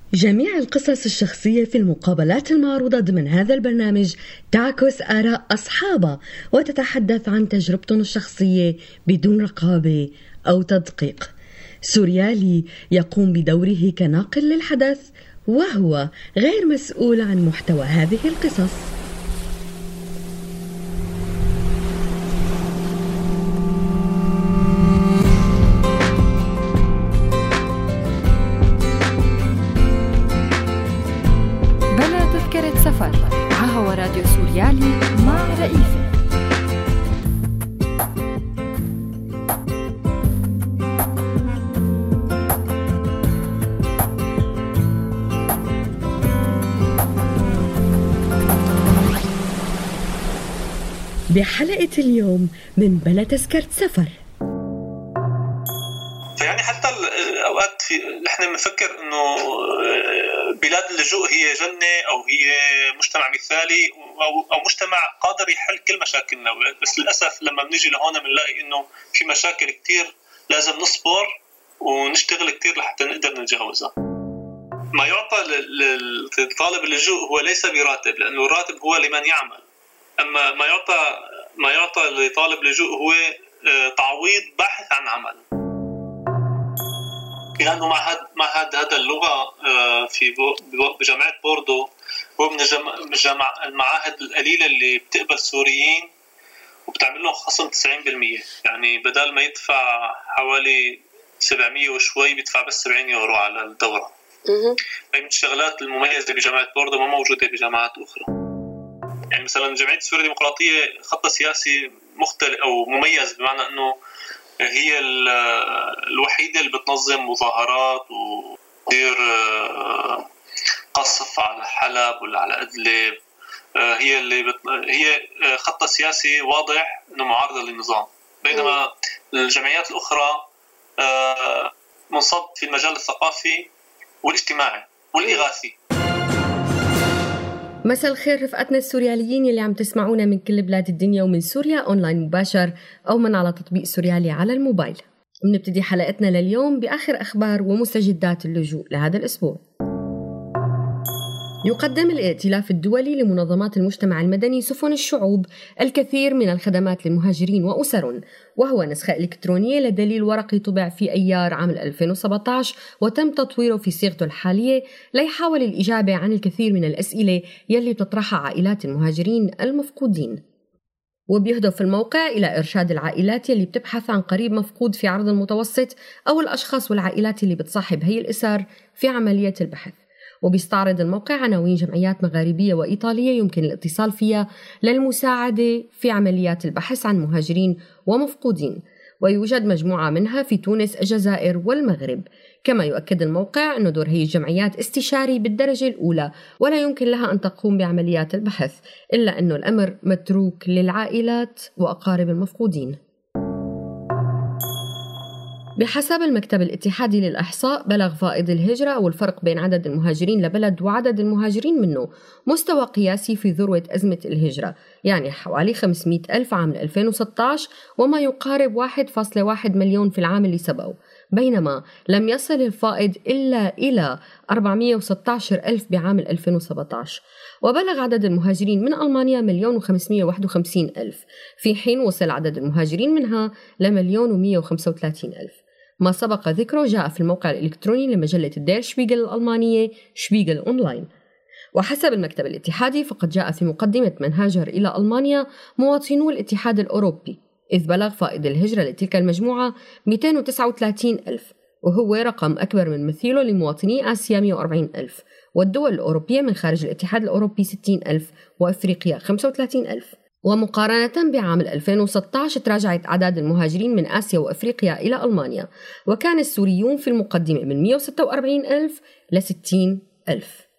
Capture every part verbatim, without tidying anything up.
جميع القصص الشخصية في المقابلات المعروضة ضمن هذا البرنامج تعكس آراء أصحابها وتتحدث عن تجربتهم الشخصية بدون رقابة أو تدقيق. سوريالي يقوم بدوره كناقل للحدث وهو غير مسؤول عن محتوى هذه القصص. سفر عهوى راديو سوريالي مع رئيفة. بحلقة اليوم من بلا تذكرة سفر. يعني حتى الأوقات في نحن بنفكر إنه بلاد اللجوء هي جنة أو هي مجتمع مثالي أو أو مجتمع قادر يحل كل مشاكلنا، بس للأسف لما بنيجي لهون بنلاقي إنه في مشاكل كتير لازم نصبر ونشتغل كتير لحتى نقدر نتجاوزها. ما يعطى لطالب اللجوء هو ليس براتب، لأنه الراتب هو لمن يعمل، أما ما يعطى ما يعطى لطالب اللجوء هو تعويض باحث عن عمل. لأنه معهد معهد هذا اللغة في بجامعة بوردو هو من الجامع المعاهد القليلة اللي بتقبل سوريين وبتعمل لهم خصم تسعين بالمية، يعني بدل ما يدفع حوالي سبعمية وشوي بيدفع بس سبعين يورو على الدورة. هي من الشغلات المميزة بجامعة بوردو ما موجودة بجامعات أخرى. يعني مثلا جمعية سوريا الديمقراطية خط سياسي مختلف أو مميز، بمعنى أنه هي الوحيدة اللي بتنظم مظاهرات وتدير قصف على حلب ولا على إدلب. هي اللي بت... هي خط سياسي واضح إنه معارضة للنظام، بينما الجمعيات الأخرى منصب في المجال الثقافي والاجتماعي والإغاثي. مساء الخير رفقاتنا السورياليين اللي عم تسمعونا من كل بلاد الدنيا ومن سوريا أونلاين مباشر أو من على تطبيق سوريالي على الموبايل. بنبتدي حلقتنا لليوم بآخر أخبار ومستجدات اللجوء لهذا الأسبوع. يقدم الائتلاف الدولي لمنظمات المجتمع المدني سفن الشعوب الكثير من الخدمات للمهاجرين وأسرهم، وهو نسخة إلكترونية لدليل ورقي طبع في أيار عام ألفين وسبعة عشر وتم تطويره في صيغته الحالية ليحاول الإجابة عن الكثير من الأسئلة يلي بتطرحها عائلات المهاجرين المفقودين. وبيهدف الموقع إلى إرشاد العائلات يلي بتبحث عن قريب مفقود في عرض المتوسط أو الأشخاص والعائلات اللي بتصاحب هي الأسر في عملية البحث. وبيستعرض الموقع عناوين جمعيات مغاربية وإيطالية يمكن الاتصال فيها للمساعدة في عمليات البحث عن مهاجرين ومفقودين، ويوجد مجموعة منها في تونس، الجزائر والمغرب. كما يؤكد الموقع أن دور هي الجمعيات استشاري بالدرجة الأولى ولا يمكن لها أن تقوم بعمليات البحث، إلا أن الأمر متروك للعائلات وأقارب المفقودين. بحسب المكتب الاتحادي للإحصاء بلغ فائض الهجرة أو الفرق بين عدد المهاجرين لبلد وعدد المهاجرين منه مستوى قياسي في ذروة أزمة الهجرة، يعني حوالي خمسمئة ألف عام ألفين وستة عشر وما يقارب واحد فاصلة واحد مليون في العام اللي سبقه، بينما لم يصل الفائض إلا إلى أربعمئة وستة عشر ألف بعام ألفين وسبعة عشر. وبلغ عدد المهاجرين من ألمانيا مليون وخمسمئة وواحد وخمسين ألف، في حين وصل عدد المهاجرين منها لمليون ومئة وخمسة وثلاثين ألف. ما سبق ذكره جاء في الموقع الإلكتروني لمجلة الدير شبيغل الألمانية شبيغل أونلاين. وحسب المكتب الاتحادي فقد جاء في مقدمة من هاجر إلى ألمانيا مواطنو الاتحاد الأوروبي، إذ بلغ فائض الهجرة لتلك المجموعة مئتين وتسعة وثلاثين ألف، وهو رقم أكبر من مثيله لمواطني آسيا مئة وأربعين ألف، والدول الأوروبية من خارج الاتحاد الأوروبي ستين ألف، وأفريقيا خمسة وثلاثين ألف. ومقارنة بعام ألفين وستة عشر تراجعت أعداد المهاجرين من آسيا وأفريقيا إلى ألمانيا، وكان السوريون في المقدمة من مئة وستة وأربعين ألف ل ستين ألف.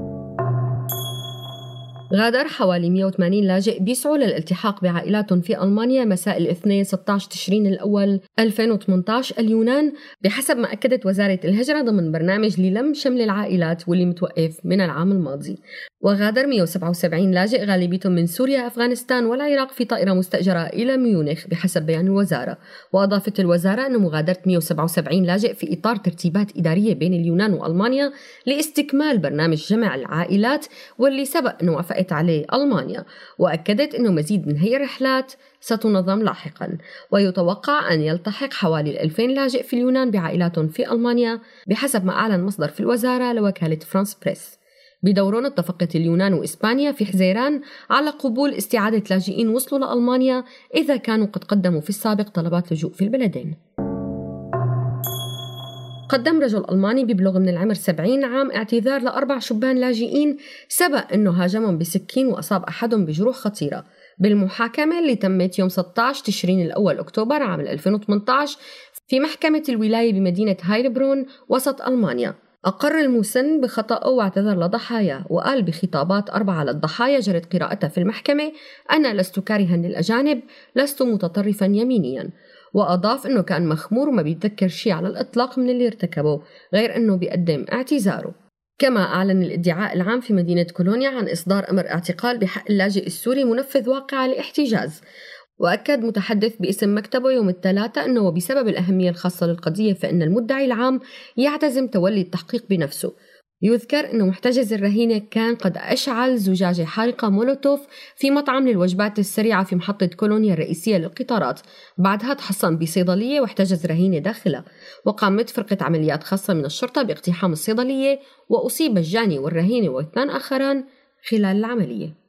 غادر حوالي مئة وثمانين لاجئ بيسعوا للالتحاق بعائلاتهم في ألمانيا مساء الاثنين ستة عشر تشرين الأول ألفين وثمانية عشر اليونان، بحسب ما أكدت وزارة الهجرة ضمن برنامج للم شمل العائلات واللي متوقف من العام الماضي. وغادر مئة وسبعة وسبعين لاجئ غالبيتهم من سوريا، أفغانستان والعراق في طائرة مستأجرة إلى ميونخ بحسب بيان الوزارة. وأضافت الوزارة أن مغادرة مئة وسبعة وسبعين لاجئ في إطار ترتيبات إدارية بين اليونان وألمانيا لاستكمال برنامج جمع العائلات واللي سبق أنه وافقت عليه ألمانيا، وأكدت أنه مزيد من هي الرحلات ستنظم لاحقا. ويتوقع أن يلتحق حوالي ألفين لاجئ في اليونان بعائلاتهم في ألمانيا بحسب ما أعلن مصدر في الوزارة لوكالة فرانس بريس. بدورهم اتفقت اليونان وإسبانيا في حزيران على قبول استعادة لاجئين وصلوا لألمانيا إذا كانوا قد قدموا في السابق طلبات لجوء في البلدين. قدم رجل ألماني ببلغ من العمر سبعين عام اعتذار لأربع شبان لاجئين سبق أنه هاجمهم بسكين وأصاب أحدهم بجروح خطيرة بالمحاكمة اللي تمت يوم ستة عشر تشرين الأول أكتوبر عام ألفين وثمانية عشر في محكمة الولاية بمدينة هايلبرون وسط ألمانيا. أقر المسن بخطأه واعتذر لضحاياه، وقال بخطابات أربعة للضحايا جرت قراءتها في المحكمة: أنا لست كارها للأجانب، لست متطرفا يمينيا. وأضاف أنه كان مخمور وما بيتذكر شيء على الإطلاق من اللي ارتكبه غير أنه بيقدم اعتذاره. كما أعلن الادعاء العام في مدينة كولونيا عن إصدار أمر اعتقال بحق اللاجئ السوري منفذ واقع الاحتجاز. وأكد متحدث باسم مكتبه يوم الثلاثاء أنه بسبب الأهمية الخاصة للقضية فإن المدعي العام يعتزم تولي التحقيق بنفسه. يذكر أنه محتجز الرهينة كان قد أشعل زجاجة حارقة مولوتوف في مطعم للوجبات السريعة في محطة كولونيا الرئيسية للقطارات. بعدها تحصن بصيدلية واحتجز رهينة داخلها، وقامت فرقة عمليات خاصة من الشرطة باقتحام الصيدلية، وأصيب الجاني والرهينة واثنان آخران خلال العملية.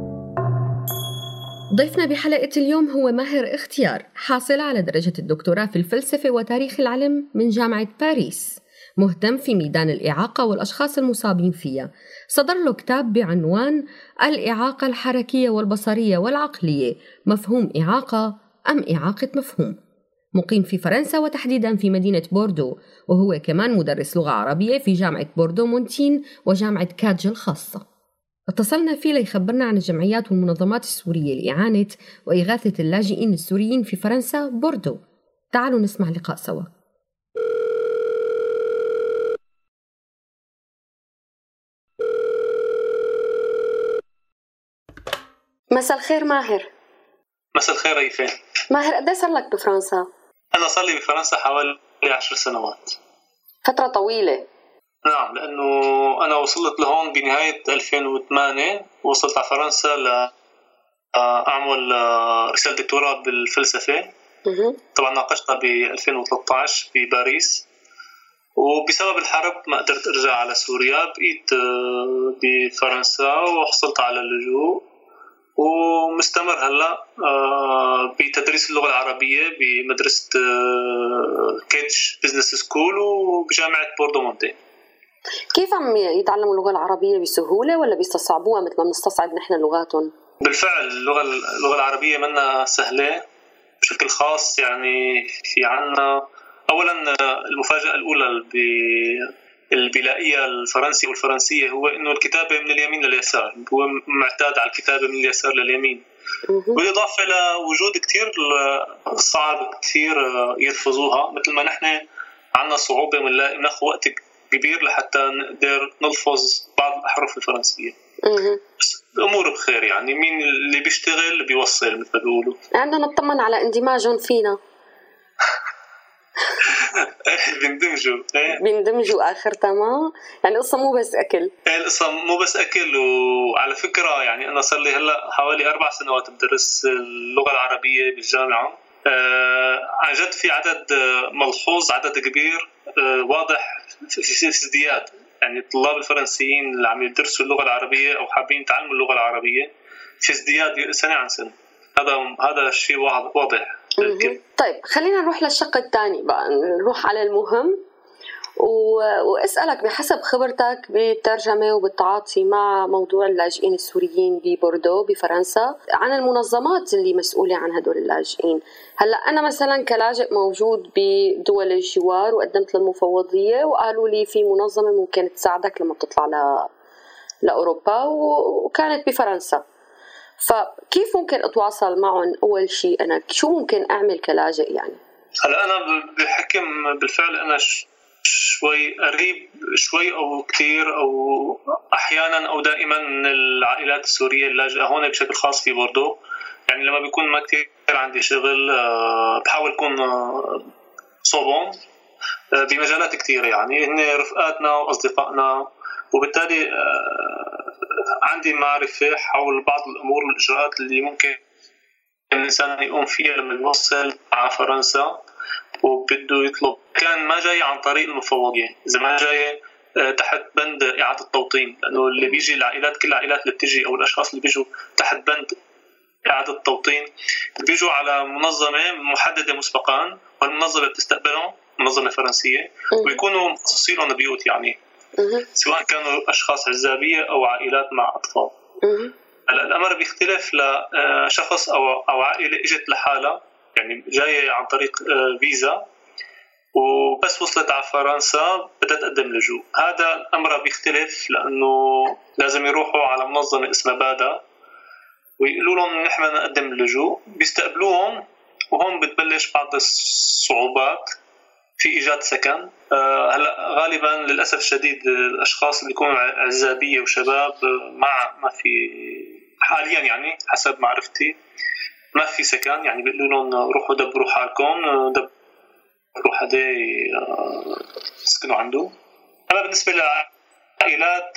ضيفنا بحلقة اليوم هو ماهر اختيار، حاصل على درجة الدكتوراه في الفلسفة وتاريخ العلم من جامعة باريس، مهتم في ميدان الإعاقة والأشخاص المصابين فيها. صدر له كتاب بعنوان الإعاقة الحركية والبصرية والعقلية، مفهوم إعاقة أم إعاقة مفهوم. مقيم في فرنسا وتحديدا في مدينة بوردو، وهو كمان مدرس لغة عربية في جامعة بوردو مونتين وجامعة كادج الخاصة. اتصلنا فيه ليخبرنا عن الجمعيات والمنظمات السورية لإعانة وإغاثة اللاجئين السوريين في فرنسا بوردو. تعالوا نسمع لقاء سوا. مساء الخير ماهر. مساء الخير ريفين. ماهر، قد ايه صار لك بفرنسا؟ أنا صار لي بفرنسا حوالي عشر سنوات. فترة طويلة. نعم، لأنه أنا وصلت لهون بنهاية ألفين وثمانية، وصلت على فرنسا لأعمل رسالة دكتوراه بالفلسفة. طبعا ناقشتها ب ألفين وثلاثة عشر بباريس، وبسبب الحرب ما قدرت أرجع على سوريا، بقيت بفرنسا وحصلت على اللجوء، ومستمر هلا بتدريس اللغة العربية بمدرسة كادج بزنس سكول وبجامعة بوردو مونتين. كيف عم يتعلموا اللغة العربية؟ بسهولة ولا بيستصعبوها مثل ما بنستصعب نحن لغاتهم؟ بالفعل اللغة اللغة العربية منا سهلة بشكل خاص. يعني في عنا أولا المفاجأة الأولى البلائية الفرنسي والفرنسية هو إنه الكتابة من اليمين لليسار، هو معتاد على الكتابة من اليسار لليمين، بالإضافة إلى وجود كتير صعب كتير يلفظوها، مثل ما نحن عنا صعوبة من ناخذ وقت كبير لحتى نقدر نلفظ بعض الأحرف الفرنسية. بس الأمور بخير، يعني مين اللي بيشتغل بيوصل مثل ما بيقولوا. عندنا نطمن على اندماجهم فينا. بيندمجوا بيندمجوا آخر تمام. يعني القصة مو بس أكل. القصة مو بس أكل. وعلى فكرة يعني أنا صار لي هلا حوالي أربع سنوات بدرس اللغة العربية بالجامعة. آه عن جد في عدد ملحوظ، عدد كبير آه واضح في ازدياد. يعني الطلاب الفرنسيين اللي عم يدرسوا اللغة العربية أو حابين يتعلموا اللغة العربية في ازدياد سنة عن سنة. هذا هذا الشيء واضح. طيب خلينا نروح للشق الثاني بقى، نروح على المهم و... وأسألك بحسب خبرتك بالترجمة وبالتعاطي مع موضوع اللاجئين السوريين ببوردو بفرنسا عن المنظمات اللي مسؤولة عن هدول اللاجئين. هلأ أنا مثلا كلاجئ موجود بدول الجوار وقدمت للمفوضية وقالوا لي في منظمة ممكن تساعدك لما بتطلع ل... لأوروبا وكانت بفرنسا، فكيف ممكن أتواصل معهم؟ أول شيء أنا شو ممكن أعمل كلاجئ يعني؟ هلا أنا بحكم بالفعل أنا شوي قريب شوي أو كتير أو أحيانا أو دائما من العائلات السورية اللاجئة هون بشكل خاص في بوردو. يعني لما بيكون ما كتير عندي شغل بحاول أكون صوبون بمجالات كتيرة، يعني هن رفقاتنا وأصدقائنا، وبالتالي عندي معرفة حول بعض الأمور والإجراءات اللي ممكن الإنسان يقوم فيها لما يوصل على فرنسا وبده يطلب. كان ما جاي عن طريق المفوضية، إذا ما جاي تحت بند إعادة التوطين، لأنه اللي بيجي العائلات كل العائلات اللي بتجي أو الأشخاص اللي بيجوا تحت بند إعادة التوطين بيجوا على منظمة محددة مسبقا، والمنظمة بتستقبلهم، منظمة فرنسية، ويكونوا مخصصين لهم بيوت، يعني سواء كانوا أشخاص عزابية أو عائلات مع أطفال. الأمر بيختلف لشخص أو أو عائلة إجت لحالها، يعني جاية عن طريق فيزا وبس وصلت على فرنسا بدها تقدم لجوء. هذا الأمر بيختلف لأنه لازم يروحوا على منظمة اسمها بادا ويقولوا لهم نحن نقدم اللجوء، بيستقبلوهم، وهم بتبلش بعض الصعوبات في إيجاد سكن. هلا غالبا للأسف الشديد الأشخاص اللي يكونوا عزابية وشباب مع ما في حاليا، يعني حسب معرفتي ما في سكن، يعني بيقولوا لهم روحوا دبروا حالكم، دبروا حدا يسكنوا عنده. أما بالنسبة للعائلات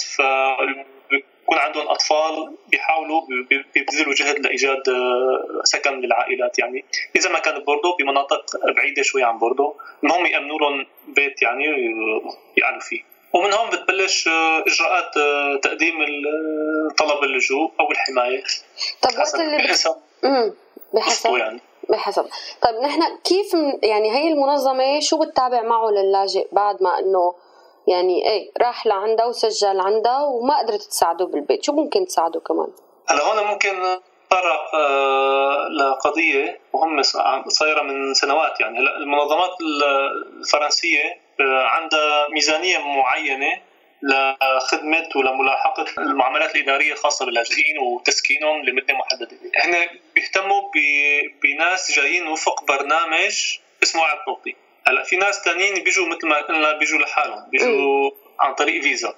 فبيكون عندهم أطفال بيحاولوا بيبذلوا جهد لإيجاد سكن للعائلات، يعني إذا ما كان بوردو بمناطق بعيدة شوي عن بوردو إنهم يأمنوا لهم بيت يعني يقعدوا فيه، ومن هون بتبلش إجراءات تقديم طلب اللجوء أو الحماية. طب وقت اللي بحسب بحسب يعني. بحسب طيب نحن كيف يعني هي المنظمة شو بتتابع معه للاجئ بعد ما إنه يعني ايه راح لعندها وسجل عندها وما قدرت تساعده بالبيت، شو ممكن تساعده كمان؟ هلا هون ممكن نتطرق آه لقضية مهمة صايرة من سنوات. يعني هلا المنظمات الفرنسية آه عندها ميزانية معينة لخدمة ولملاحقة المعاملات الإدارية الخاصة باللاجئين وتسكينهم لمدة محددة. هنا بيهتموا بناس جايين وفق برنامج اسمه إعادة التوطين. هلا في ناس تانيين بيجوا مثل ما قلنا بيجوا لحالهم، بيجوا عن طريق فيزا.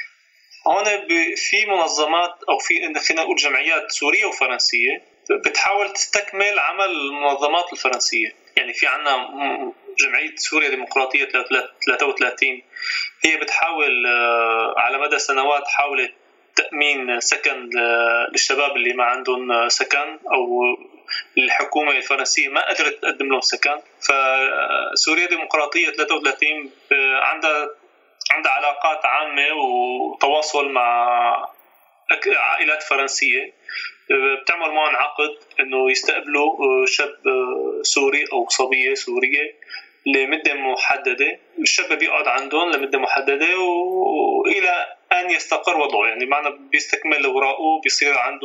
هون في منظمات أو في خلينا نقول جمعيات سورية وفرنسية بتحاول تستكمل عمل المنظمات الفرنسية. يعني في عنا جمعية سوريا ديمقراطية ثلاثة وثلاثين، هي بتحاول على مدى سنوات حاولت تأمين سكن للشباب اللي ما عندهم سكن أو الحكومة الفرنسية ما قدرت تقدم لهم سكن. فسوريا ديمقراطية ثلاثة وثلاثين عندها عندها علاقات عامة وتواصل مع عائلات فرنسية، بتعمل معهم عقد إنه يستقبلوا شاب سوري أو صبية سورية لمدة محددة. الشاب بيقعد عندهم لمدة محددة وإلى أن يستقر وضعه، يعني معنى بيستكمل أوراقه، بيصير عنده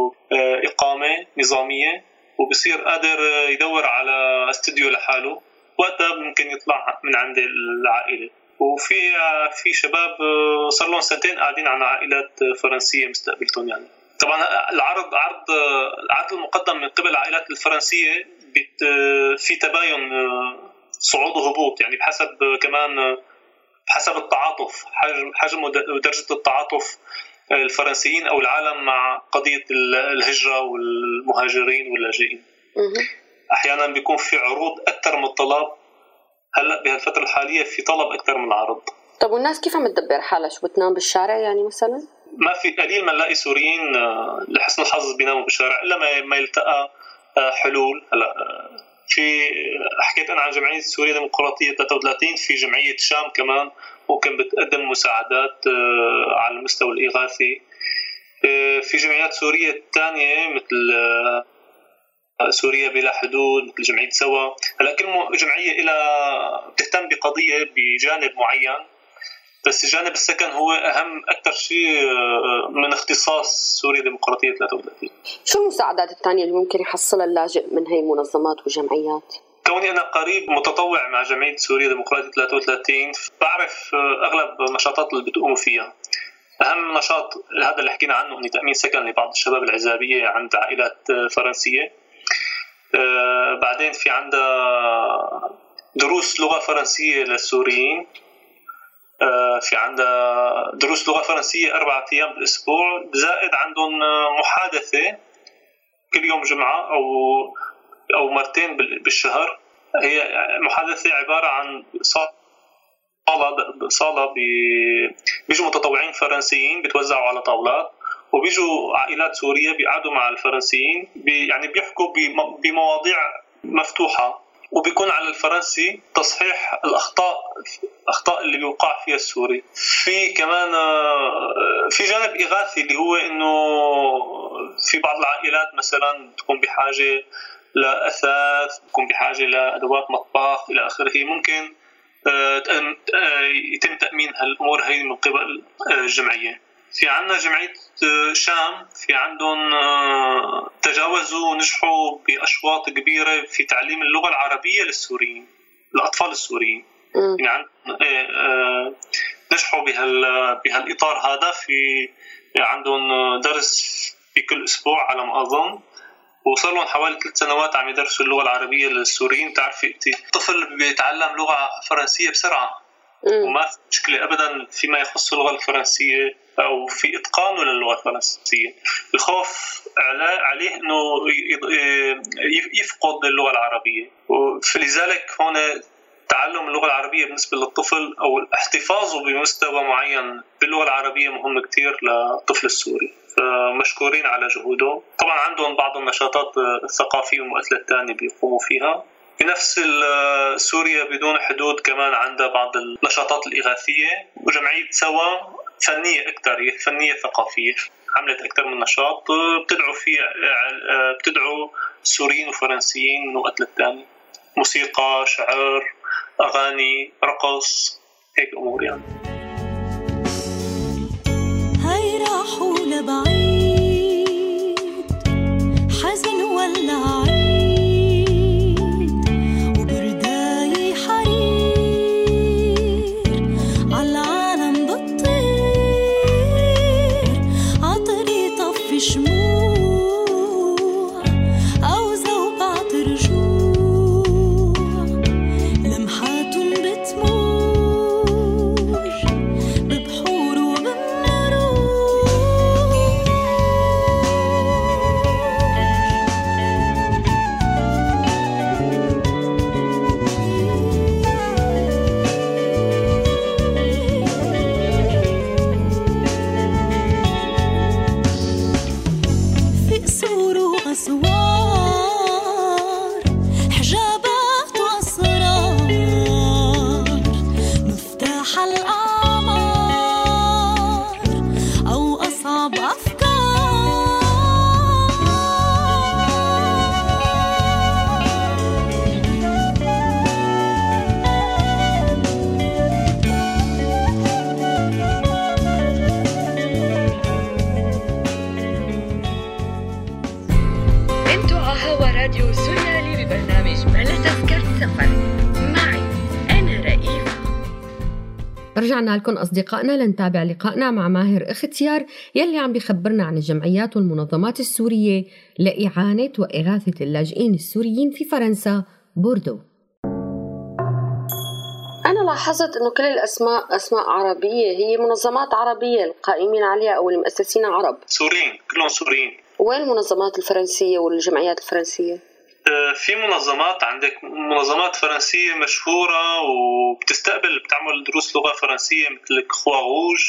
إقامة نظامية وبيصير قادر يدور على استوديو لحاله، وقتها ممكن يطلع من عند العائلة. وفي في شباب صار لهم سنتين قاعدين على عائلات فرنسية مستقبلتهم. يعني طبعا العرض عرض العرض المقدم من قبل العائلات الفرنسية في تباين صعود وهبوط، يعني بحسب كمان بحسب التعاطف، حجم ودرجة التعاطف الفرنسيين أو العالم مع قضية الهجرة والمهاجرين واللاجئين. أحيانا بيكون في عروض أكثر من الطلب. هلأ بهالفترة الحالية في طلب أكثر من العرض. طب والناس كيف عم تدبر حالها؟ شو بتنام بالشارع يعني مثلا؟ ما في قليل ما نلاقي سوريين لحسن الحظ بيناموا بالشارع إلا ما يلتقى حلول. هلأ في حكيت أنا عن جمعية سوريا ديمقراطية ثلاثة وثلاثين، في جمعية شام كمان ممكن بتقدم مساعدات على المستوى الإغاثي. في جمعيات سورية تانية مثل سوريا بلا حدود، مثل جمعية سوا. هلا كل جمعية إلى بتهتم بقضية بجانب معين، بس جانب السكن هو أهم أكثر شيء من اختصاص سوريا ديمقراطية ثلاثة وثلاثين. شو المساعدات الثانية اللي ممكن يحصلها اللاجئ من هاي المنظمات وجمعيات؟ كوني أنا قريب متطوع مع جمعية سوريا ديمقراطية ثلاثة وثلاثين، بعرف أغلب النشاطات اللي بتقوموا فيها. أهم نشاط هذا اللي حكينا عنه إن تأمين سكن لبعض الشباب العزابية عند عائلات فرنسية. بعدين في عندها دروس لغة فرنسية للسوريين في عندها دروس لغة فرنسية أربعة أيام بالأسبوع، زائد عندهم محادثة كل يوم جمعة أو أو مرتين بالشهر. هي محادثة عبارة عن صالة صالة بيجوا متطوعين فرنسيين بيتوزعوا على طاولات، وبيجوا عائلات سورية بيقعدوا مع الفرنسيين بي يعني بيحكوا بمواضيع مفتوحة، وبيكون على الفرنسي تصحيح الأخطاء الأخطاء اللي بيوقع فيها السوري. في كمان في جانب إغاثي اللي هو إنه في بعض العائلات مثلا تكون بحاجة لأثاث، تكون بحاجة لأدوات مطبخ إلى آخره، ممكن يتم تأمين هالأمور هاي من قبل الجمعية. في عنا جمعية شام، في عندهم تجاوزوا ونجحوا بأشواط كبيرة في تعليم اللغة العربية للسوريين، الأطفال السوريين. يعني نجحوا بهالإطار هذا. في عندهم درس بكل أسبوع على ما أظن، وصار لهم حوالي ثلاث سنوات عم يدرسوا اللغة العربية للسوريين. تعرفي الطفل بيتعلم لغة فرنسية بسرعة، وما في مشكلة أبدا فيما يخص اللغة الفرنسية أو في إتقانه للغة الفرنسية. الخوف عليه أنه يفقد اللغة العربية، فلذلك هنا تعلم اللغة العربية بالنسبة للطفل أو احتفاظه بمستوى معين باللغة العربية مهم كتير للطفل السوري. فمشكورين على جهودهم. طبعا عندهم بعض النشاطات الثقافية والمؤثرة الثانية بيقوموا فيها. بنفس سوريا بدون حدود كمان عندها بعض النشاطات الإغاثية، وجمعية سوا فنية أكثر، هي فنية ثقافية، عملت أكثر من نشاط بتدعو فيه بتدعو سوريين وفرنسيين من وقت للتاني، موسيقى، شعر، أغاني، رقص، هيك أمور يعني. هاي راحوا لبعيد حزن ولا عيد، وبرداي حرير عالعالم بتطير، عطري طفي شموع أو زوبعة رجوع، لمحات بتموج ببحور وبالنور، حجابات وأسرار، مفتاح الأعمار أو أصعب أفكار. انتوا على هوا راديو سوريالي ببرنامج بلا تذكرة سفر معي أنا رئيفة. رجعنا لكم أصدقائنا لنتابع لقائنا مع ماهر اختيار يلي عم بيخبرنا عن الجمعيات والمنظمات السورية لإعانة وإغاثة اللاجئين السوريين في فرنسا بوردو. أنا لاحظت إنه كل الأسماء أسماء عربية، هي منظمات عربية القائمين عليها أو المؤسسين عرب، سوريين كلهم سوريين. وين المنظمات الفرنسية والجمعيات الفرنسية؟ في منظمات، عندك منظمات فرنسية مشهورة وبتستقبل بتعمل دروس لغة فرنسية مثل كخوا روج.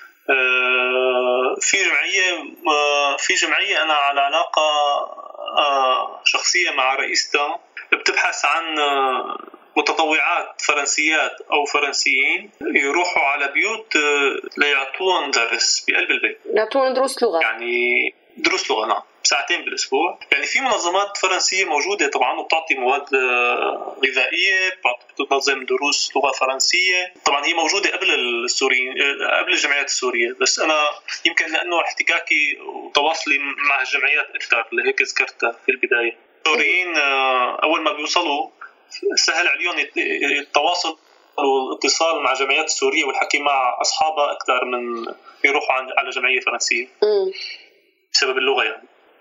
في جمعية في جمعية أنا على علاقة شخصية مع رئيستها، بتبحث عن متطوعات فرنسيات أو فرنسيين يروحوا على بيوت ليعطوهم درس بقلب البيت، يعطوهم دروس لغة، يعني دروس لغة نعم ساعتين بالأسبوع. يعني في منظمات فرنسية موجودة طبعا وبتعطي مواد غذائية، بتنظم دروس لغة فرنسية. طبعا هي موجودة قبل السوريين قبل الجمعيات السورية، بس أنا يمكن لأنه احتكاكي وتواصلي مع الجمعيات أكثر لهيك ذكرتها في البداية. السوريين أول ما بيوصلوا سهل عليهم التواصل والاتصال مع جمعيات السورية والحكي مع أصحابها أكثر من يروحوا على جمعية فرنسية بسبب اللغة يعني.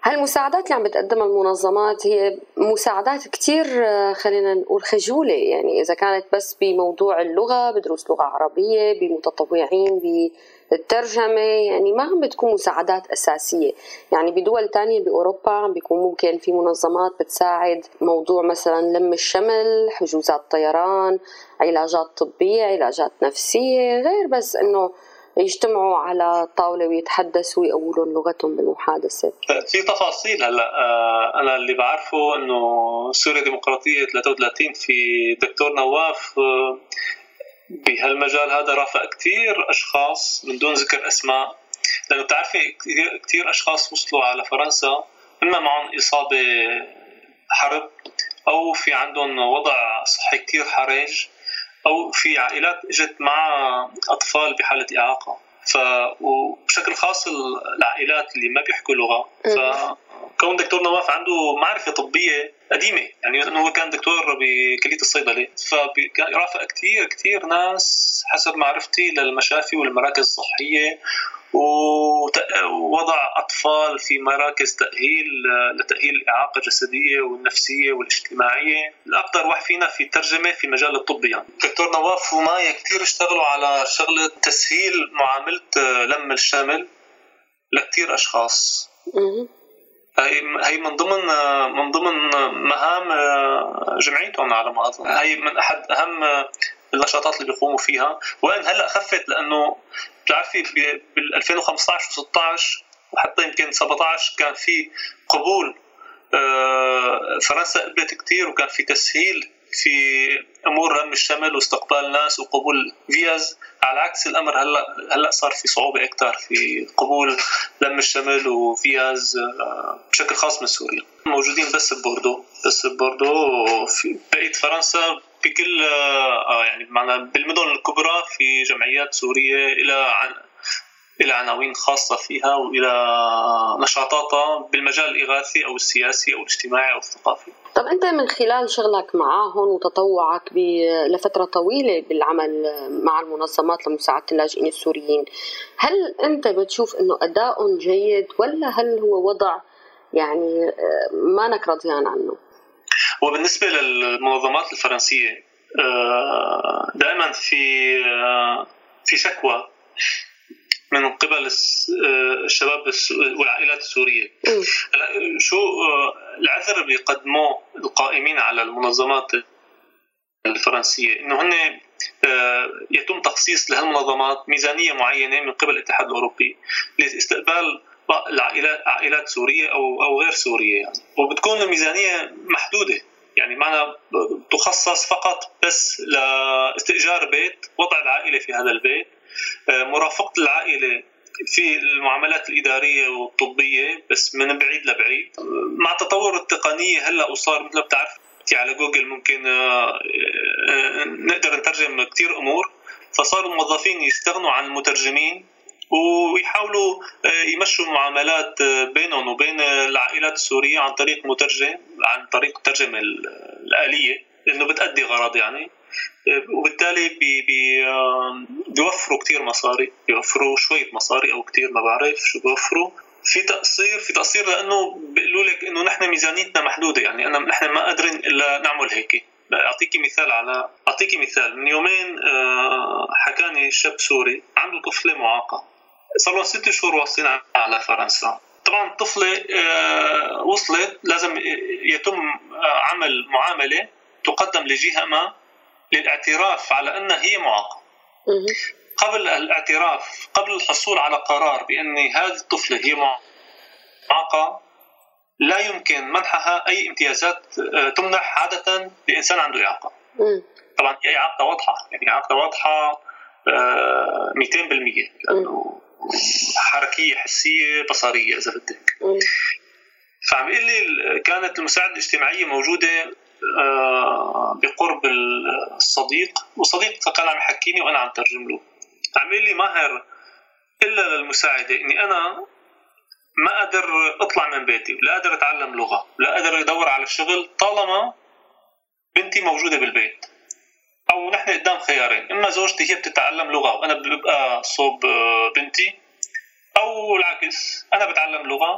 هالمساعدات اللي عم بتقدمها المنظمات هي مساعدات كتير خلينا نقول خجولة، يعني إذا كانت بس بموضوع اللغة، بدروس لغة عربية، بمتطوعين بالترجمة، يعني ما عم بتكون مساعدات أساسية. يعني بدول تانية بأوروبا عم بيكون ممكن في منظمات بتساعد موضوع مثلا لم الشمل، حجوزات طيران، علاجات طبية، علاجات نفسية، غير بس إنه يجتمعوا على طاولة ويتحدثوا ويقولوا لغتهم بالمحادثة. في تفاصيل هلا أنا اللي بعرفه إنه سوريا ديمقراطية ثلاثة وثلاثين في دكتور نواف بهالمجال هذا رافق كتير أشخاص من دون ذكر أسماء، لأنه بتعرفي كتير أشخاص وصلوا على فرنسا إما معهم إصابة حرب أو في عندهم وضع صحي كتير حرج أو في عائلات إجت مع أطفال بحالة إعاقة، ف وبشكل خاص العائلات اللي ما بيحكوا لغة. فكون دكتور نواف عنده معرفة طبية قديمة، يعني أنه هو كان دكتور بكلية الصيدلة، فرافق كتير كتير ناس حسب معرفتي للمشافي والمراكز الصحية، ووضع أطفال في مراكز تأهيل لتأهيل الإعاقة الجسدية والنفسية والاجتماعية. الأقدر واحد فينا في الترجمة في المجال الطبي. يعني دكتور نواف ومايا كتير اشتغلوا على شغلة تسهيل معاملة لم الشامل لكتير أشخاص. هي هي من ضمن من ضمن مهام جمعيتهم على ما أظن. هي من أحد أهم النشاطات اللي بيقوموا فيها، وإن هلأ خفت لأنه بتعرفي بال ألفين وخمسة عشر وستة عشر وحتى يمكن سبعة عشر كان في قبول، فرنسا قبلت كتير وكان في تسهيل في أمور لم الشمل واستقبال ناس وقبول فيز. على عكس الأمر هلأ هلأ صار في صعوبة أكتر في قبول لم الشمل وفيز بشكل خاص من سوريا. موجودين بس ببوردو، بس ببوردو في بقية فرنسا بكل آه يعني بمعنى بالمدن الكبرى في جمعيات سورية إلى عن إلى عناوين خاصة فيها وإلى نشاطاتها بالمجال الإغاثي أو السياسي أو الاجتماعي أو الثقافي. طب أنت من خلال شغلك معاهم وتطوعك لفترة طويلة بالعمل مع المنظمات لمساعدة اللاجئين السوريين، هل أنت بتشوف إنه أداء جيد ولا هل هو وضع يعني ما نك رضيان عنه؟ وبالنسبة للمنظمات الفرنسية دائما في في شكوى من قبل الشباب والعائلات السورية. شو العذر اللي بيقدموه القائمين على المنظمات الفرنسية؟ إنه هن يتم تخصيص لهالمنظمات ميزانية معينة من قبل الاتحاد الأوروبي لاستقبال العائلات عائلات سورية أو أو غير سورية يعني. وبتكون الميزانية محدودة، يعني معنى تخصص فقط بس لاستئجار بيت، وضع العائلة في هذا البيت، مرافقة العائلة في المعاملات الإدارية والطبية بس من بعيد لبعيد. مع تطور التقنية هلأ وصار مثل ما بتعرف على جوجل ممكن نقدر نترجم كتير أمور، فصاروا الموظفين يستغنوا عن المترجمين ويحاولوا يمشوا المعاملات بينهم وبين العائلات السورية عن طريق مترجم، عن طريق الترجمة الآلية، لأنه بتأدي غرض يعني. وبالتالي بي بي بيوفروا كتير مصاري، بيوفروا شوية مصاري أو كتير ما بعرف شو بيوفروا. في تقصير في تقصير لأنه بيقولوا لك إنه نحن ميزانيتنا محدودة، يعني أنا نحن ما قادرين إلا نعمل هيك. أعطيكي مثال على أعطيكي مثال من يومين حكاني شاب سوري عنده طفلة معاقة، صار لهم ست شهور واصلين على فرنسا. طبعا الطفلة وصلت لازم يتم عمل معاملة تقدم لجهة ما للاعتراف على أنها هي معاقة. قبل الاعتراف، قبل الحصول على قرار بأن هذه الطفلة هي معاقة، لا يمكن منحها أي امتيازات تمنح عادة لإنسان عنده إعاقة. طبعا هي إعاقة واضحة، يعني إعاقة واضحة مئتين بالمئة، لأنه حركية حسية بصرية إذا بدك. فعم يقول لي كانت المساعدة الاجتماعية موجودة بقرب الصديق، والصديق كان عم يحكيني وأنا عم ترجم له. عم يقول لي ماهر إلا للمساعدة إني أنا ما أقدر أطلع من بيتي، لا أقدر أتعلم لغة، لا أقدر أدور على الشغل طالما بنتي موجودة بالبيت. أو نحن قدام خيارين، إما زوجتي هي بتتعلم لغة وأنا ببقى صوب بنتي، أو العكس أنا بتعلم لغة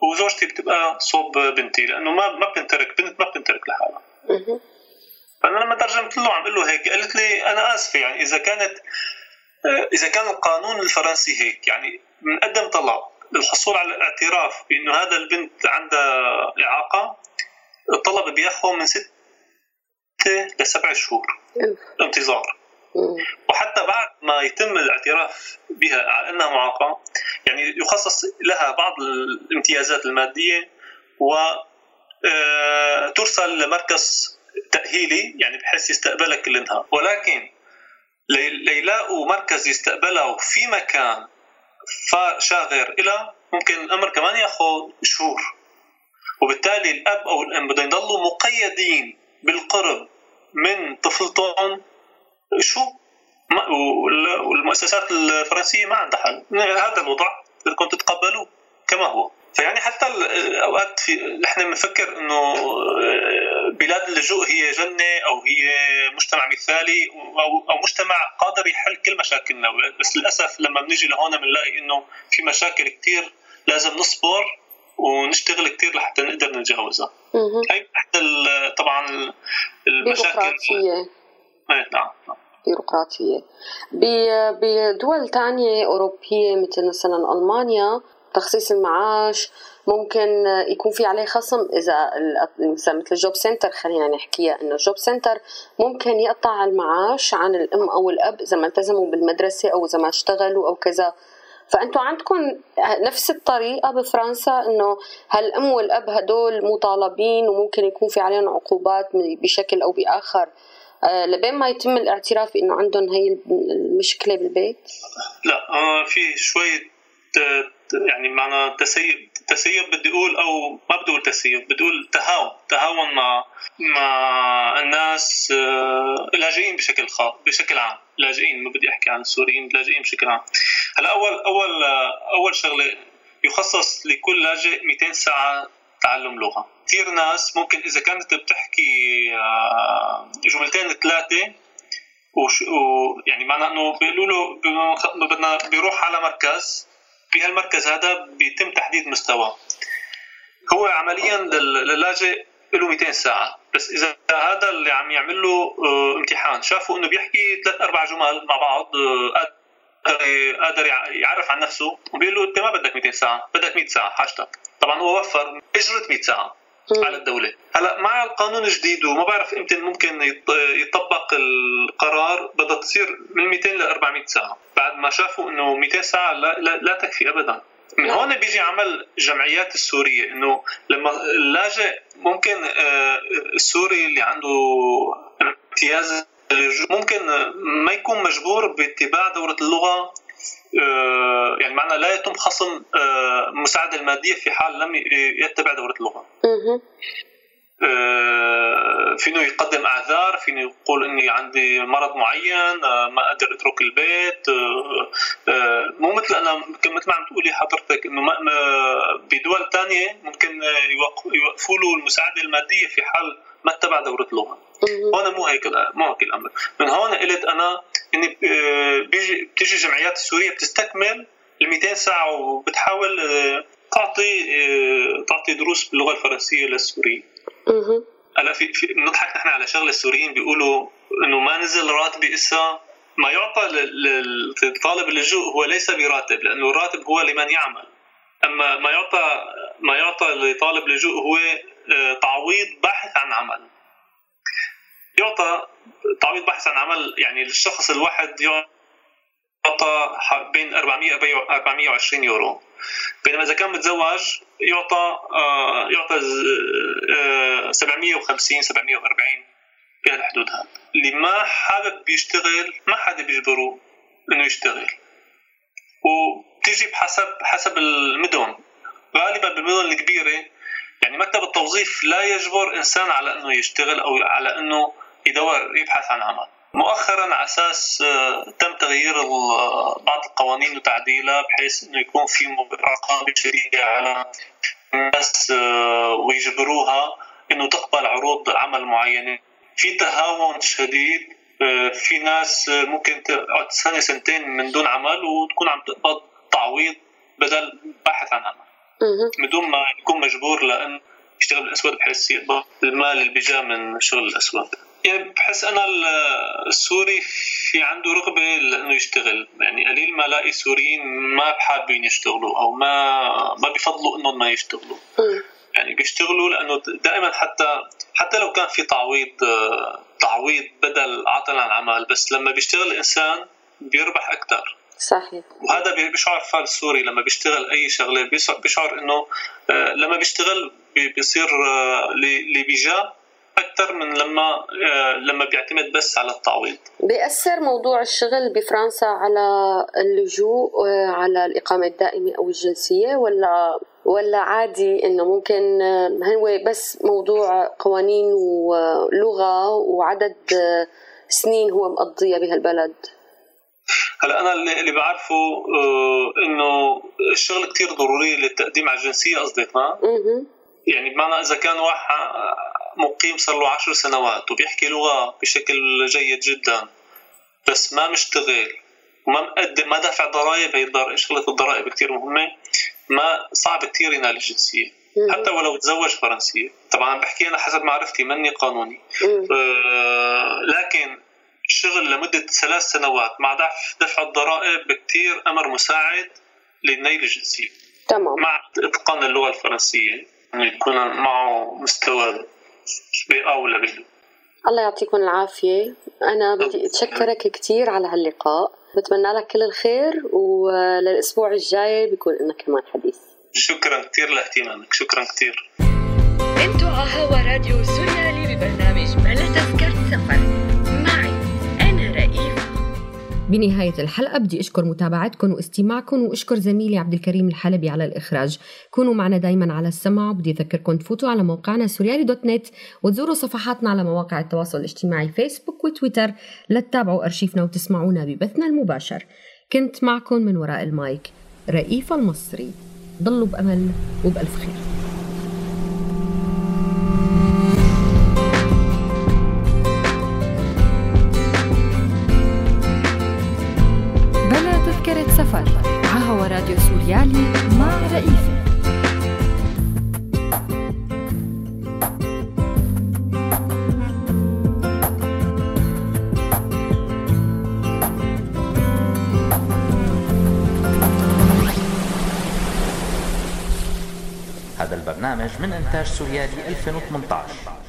وزوجتي بتبقى صوب بنتي، لانه ما ما بتنترك بنت ما بتنترك لحالها. فانا لما ترجمت له عم اقول له هيك، قالت لي انا اسفه يعني اذا كانت اذا كان القانون الفرنسي هيك، يعني من قدم طلب للحصول على الاعتراف بانه هذا البنت عندها اعاقه، الطلب بياخذ من ستة لسبع شهور انتظار. وحتى بعد ما يتم الاعتراف بها على انها معاقه، يعني يخصص لها بعض الامتيازات الماديه وترسل لمركز تأهيلي يعني بحيث يستقبلها كلنها. ولكن ليلاقوا مركز يستقبلها في مكان فشاغر إلى ممكن الأمر كمان يأخذ شهور، وبالتالي الأب أو الأم بدهم يضلوا مقيدين بالقرب من طفلتهم. شو والمؤسسات الفرنسية ما عندها حل. هذا الوضع بدكم تتقبلوه كما هو. فيعني حتى الأوقات في نحن بنفكر إنه بلاد اللجوء هي جنة أو هي مجتمع مثالي أو أو مجتمع قادر يحل كل مشاكلنا، بس للأسف لما بنيجي لهون بنلاقي إنه في مشاكل كتير لازم نصبر ونشتغل كتير لحتى نقدر نتجاوزها. هاي أحد طبعا المشاكل. نعم. بيروقراطية. بدول تانية أوروبية مثل مثلا ألمانيا تخصيص المعاش ممكن يكون في عليه خصم إذا مثلا مثل الجوب سنتر، خلينا نحكيها إنه الجوب سنتر ممكن يقطع المعاش عن الأم أو الأب إذا ما التزموا بالمدرسة أو إذا ما اشتغلوا أو كذا. فأنتوا عندكم نفس الطريقة بفرنسا إنه هالأم والأب هدول مطالبين وممكن يكون في عليهم عقوبات بشكل أو بآخر لبين ما يتم الاعتراف إنه عندهم هاي المشكلة بالبيت؟ لا آه في شوية يعني معنى تسيب تسيب بدي أقول أو ما بدي أقول تسيب، بدي أقول تهاون تهاون مع مع الناس اللاجئين بشكل خاص بشكل عام. لاجئين ما بدي أحكي عن السوريين، لاجئين بشكل عام. هلا أول أول أول شغلة يخصص لكل لاجئ مئتين ساعة تعلم لغة. كثير ناس ممكن إذا كانت بتحكي جملتين ثلاثة ويعني معنى إنه بيقولوا له بدنا بيروح على مركز، بهالمركز هذا بيتم تحديد مستوى. هو عمليا للاجئ له مئتين ساعة، بس إذا هذا اللي عم يعمل له امتحان شافوا إنه بيحكي ثلاث أربع جمل مع بعض قادر يعرف عن نفسه وبيقول له أنت ما بدك مئتين ساعة، بدك مئة ساعة حاجتك. طبعا هو وفر أجرة مئة ساعة على الدولة. هلا مع القانون الجديد وما بعرف امتى ممكن يطبق القرار، بدها تصير من مئتين ل أربعمئة ساعة بعد ما شافوا انه مئتين ساعة لا, لا, لا تكفي ابدا. من هون بيجي عمل الجمعيات السورية، انه لما اللاجئ ممكن السوري اللي عنده امتياز ممكن ما يكون مجبور باتباع دورة اللغة، يعني معنى لا يتم خصم المساعدة المادية في حال لم يتبع دورة اللغة. فينه يقدم أعذار، فينه يقول إني عندي مرض معين ما أقدر أترك البيت. مو مثل أنا مثل ما عم تقولي حضرتك إنه بدول تانية ممكن يوقفوا له المساعدة المادية في حال ما اتبع دورة اللغة. هون مو هيك مو هيك الأمر. من هون قلت أنا إني بيجي بتيجي الجمعيات السورية بتستكمل المئتين ساعة وبتحاول تعطي تعطي دروس باللغة الفرنسية للسوريين. هلا في, في نضحك نحن على شغله السوريين بيقولوا انه ما نزل راتبي اسا. ما يعطى للطالب اللجوء هو ليس براتب، لانه الراتب هو لمن يعمل. اما ما يعطى ما يعطى لطالب اللجوء هو تعويض باحث عن عمل. يعطى تعويض باحث عن عمل، يعني للشخص الواحد يعطى بين أربعمئة وعشرين يورو، بينما إذا كان متزوج يعطى يعطى سبعمئة وخمسين سبعمئة وأربعين بهالحدود هذا. اللي ما حابب بيشتغل ما حدا بيجبره إنه يشتغل، وبتيجي بحسب حسب المدن. غالبا بالمدن الكبيرة يعني مكتب التوظيف لا يجبر إنسان على إنه يشتغل أو على إنه يدور يبحث عن عمل. مؤخرا على أساس تم تغيير بعض القوانين وتعديلها بحيث إنه يكون في رقابة شديدة على الناس ويجبروها إنه تقبل عروض عمل معينة. في تهاون شديد، في ناس ممكن تقعد سنة سنتين من دون عمل وتكون عم تقبض تعويض بدل باحث عن عمل. بدون ما يكون مجبور لأن يشتغل بالأسود بحيث يقبض المال اللي بيجا من شغل الأسود. يعني بحس أنا السوري في عنده رغبة لأنه يشتغل، يعني قليل ما لاقي سوريين ما بحابين يشتغلوا أو ما ما بيفضلوا إنهم ما يشتغلوا. يعني بيشتغلوا لأنه دائما حتى حتى لو كان في تعويض تعويض بدل عطل عن عمل، بس لما بيشتغل الإنسان بيربح أكتر. صحيح. وهذا بيشعر فال السوري لما بيشتغل أي شغلة، بيشعر إنه لما بيشتغل بيصير اللي بيجا أكثر من لما لما بيعتمد بس على التعويض. بيأثر موضوع الشغل بفرنسا على اللجوء، على الإقامة الدائمة أو الجنسية، ولا ولا عادي إنه ممكن هو بس موضوع قوانين ولغة وعدد سنين هو مقضية بهالبلد؟ هلا أنا اللي بعرفه إنه الشغل كتير ضروري للتقديم على الجنسية. قصدك ما؟ يعني بمعنى إذا كان واحد مقيم صار له عشر سنوات وبيحكي لغة بشكل جيد جدا بس ما مشتغل وما مقدم ما دافع ضرائب، هي شغلة الضرائب كتير مهمة، ما صعب كتير ينال الجنسية حتى ولو تزوج فرنسية. طبعا بحكي أنا حسب معرفتي مني قانوني، آه لكن الشغل لمدة ثلاث سنوات مع دفع الضرائب كتير أمر مساعد لنيل الجنسية. تمام. مع إتقان اللغة الفرنسية يكون معه مستوى بأولى به. الله يعطيكم العافية. أنا بدي أتشكرك كتير على هاللقاء، بتمنى لك كل الخير، وللأسبوع الجاي بيكون لنا كمان حديث. شكرا كتير لاهتمامك. شكرا كتير. انتوا على هوا راديو سوريالي ببرنامج بلا تذكرة سفر معي أنا رئيف. بنهاية الحلقة بدي أشكر متابعتكم واستماعكم، وأشكر زميلي عبد الكريم الحلبي على الإخراج. كونوا معنا دايما على السمع، وبدي أذكركم تفوتوا على موقعنا سوريالي دوت نت وتزوروا صفحاتنا على مواقع التواصل الاجتماعي فيسبوك وتويتر لتتابعوا أرشيفنا وتسمعونا ببثنا المباشر. كنت معكم من وراء المايك رئيف المصري. ضلوا بأمل وبألف خير. سفر على هوا راديو سوريالي مع رئيفة. هذا البرنامج من إنتاج سوريالي ألفين وثمانية عشر.